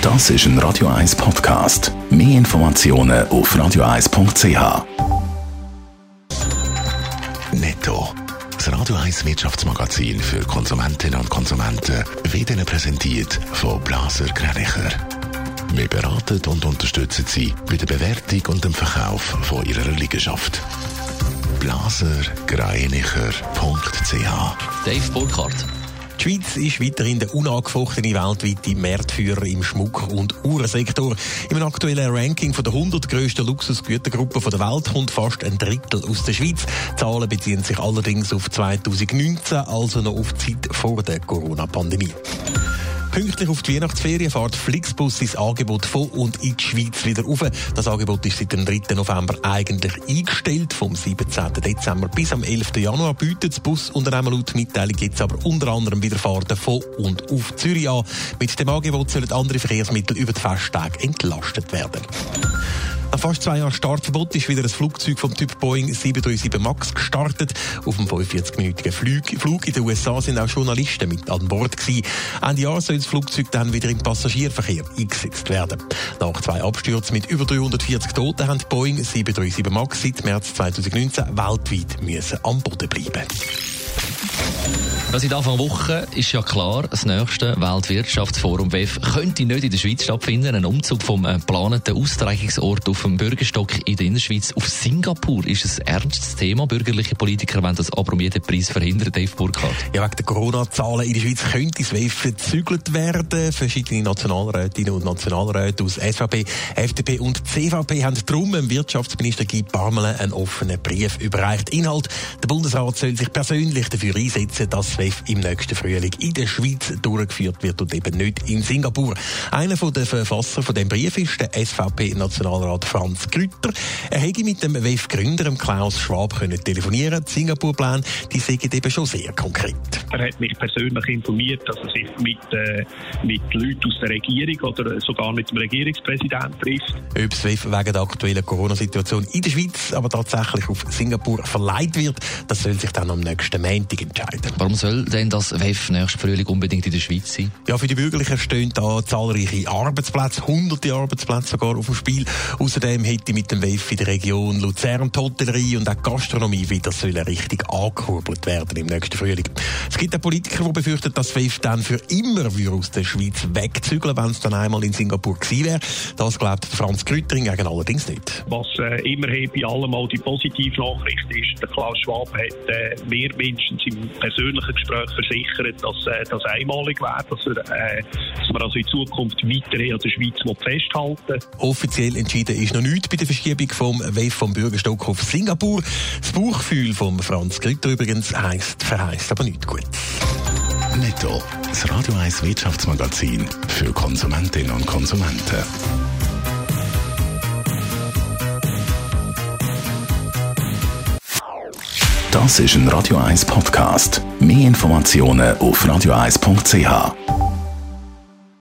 Das ist ein Radio 1 Podcast. Mehr Informationen auf radio1.ch. Netto, das Radio 1 Wirtschaftsmagazin für Konsumentinnen und Konsumenten, wird Ihnen präsentiert von Blaser Greinicher. Wir beraten und unterstützen Sie bei der Bewertung und dem Verkauf von Ihrer Liegenschaft. blasergreinicher.ch. Dave Burkhardt. Die Schweiz ist weiterhin der unangefochtene weltweite Marktführer im Schmuck- und Uhrensektor. Im aktuellen Ranking von der 100 grössten Luxusgütergruppen der Welt kommt fast ein Drittel aus der Schweiz. Die Zahlen beziehen sich allerdings auf 2019, also noch auf die Zeit vor der Corona-Pandemie. Pünktlich auf die Weihnachtsferien fährt Flixbus sein Angebot von und in die Schweiz wieder auf. Das Angebot ist seit dem 3. November eigentlich eingestellt. Vom 17. Dezember bis am 11. Januar bietet das Busunternehmen laut Mitteilung jetzt aber unter anderem wieder Fahrten von und auf Zürich an. Mit dem Angebot sollen andere Verkehrsmittel über die Festtage entlastet werden. Nach fast 2 Jahren Startverbot ist wieder ein Flugzeug vom Typ Boeing 737 MAX gestartet. Auf dem 45-minütigen Flug in den USA sind auch Journalisten mit an Bord gewesen. Ende Jahr soll das Flugzeug dann wieder im Passagierverkehr eingesetzt werden. Nach 2 Abstürzen mit über 340 Toten haben die Boeing 737 MAX seit März 2019 weltweit müssen am Boden bleiben. Seit Anfang Woche ist ja klar, das nächste Weltwirtschaftsforum WEF könnte nicht in der Schweiz stattfinden. Ein Umzug vom geplanten Austragungsort auf dem Bürgerstock in der Innerschweiz auf Singapur ist ein ernstes Thema. Bürgerliche Politiker wollen das aber um jeden Preis verhindern. Dave Burkhardt. Ja, wegen der Corona-Zahlen in der Schweiz könnte das WEF verzügelt werden. Verschiedene Nationalrätinnen und Nationalräte aus SVP, FDP und CVP haben darum dem Wirtschaftsminister Guy Parmelin einen offenen Brief überreicht. Inhalt: Der Bundesrat soll sich persönlich dafür einsetzen, dass das WEF im nächsten Frühling in der Schweiz durchgeführt wird und eben nicht in Singapur. Einer der Verfasser von dem Brief ist der SVP-Nationalrat Franz Grütter. Er hätte mit dem WEF-Gründer Klaus Schwab telefonieren. Die Singapur-Pläne, die sind eben schon sehr konkret. Er hat mich persönlich informiert, dass er sich mit Leuten aus der Regierung oder sogar mit dem Regierungspräsidenten trifft. Ob das WEF wegen der aktuellen Corona-Situation in der Schweiz aber tatsächlich auf Singapur verlegt wird, das soll sich dann am nächsten Montag entscheiden. Warum soll denn das WEF nächsten Frühling unbedingt in der Schweiz sein? Ja, für die Bürgerlichen stehen da zahlreiche Arbeitsplätze, 100 Arbeitsplätze sogar auf dem Spiel. Außerdem hätte mit dem WEF in der Region Luzern die Hotellerie und auch die Gastronomie wieder richtig angekurbelt werden im nächsten Frühling. Es gibt auch Politiker, die befürchten, dass das WEF dann für immer aus der Schweiz wegzügeln, wenn es dann einmal in Singapur gewesen wäre. Das glaubt Franz Grütter hingegen allerdings nicht. Was immerhin bei allem mal die positive Nachricht ist, der Klaus Schwab hat mir mindestens im persönlichen Gespräch versichert, dass das einmalig wäre, dass wir also in Zukunft weiterhin an der Schweiz festhalten. Offiziell entschieden ist noch nichts bei der Verschiebung vom WEF vom Bürgerstock auf Singapur. Das Bauchgefühl von Franz Grütter übrigens verheisst aber nicht gut. Netto, das Radio 1 Wirtschaftsmagazin für Konsumentinnen und Konsumenten. Das ist ein Radio 1 Podcast. Mehr Informationen auf radio1.ch.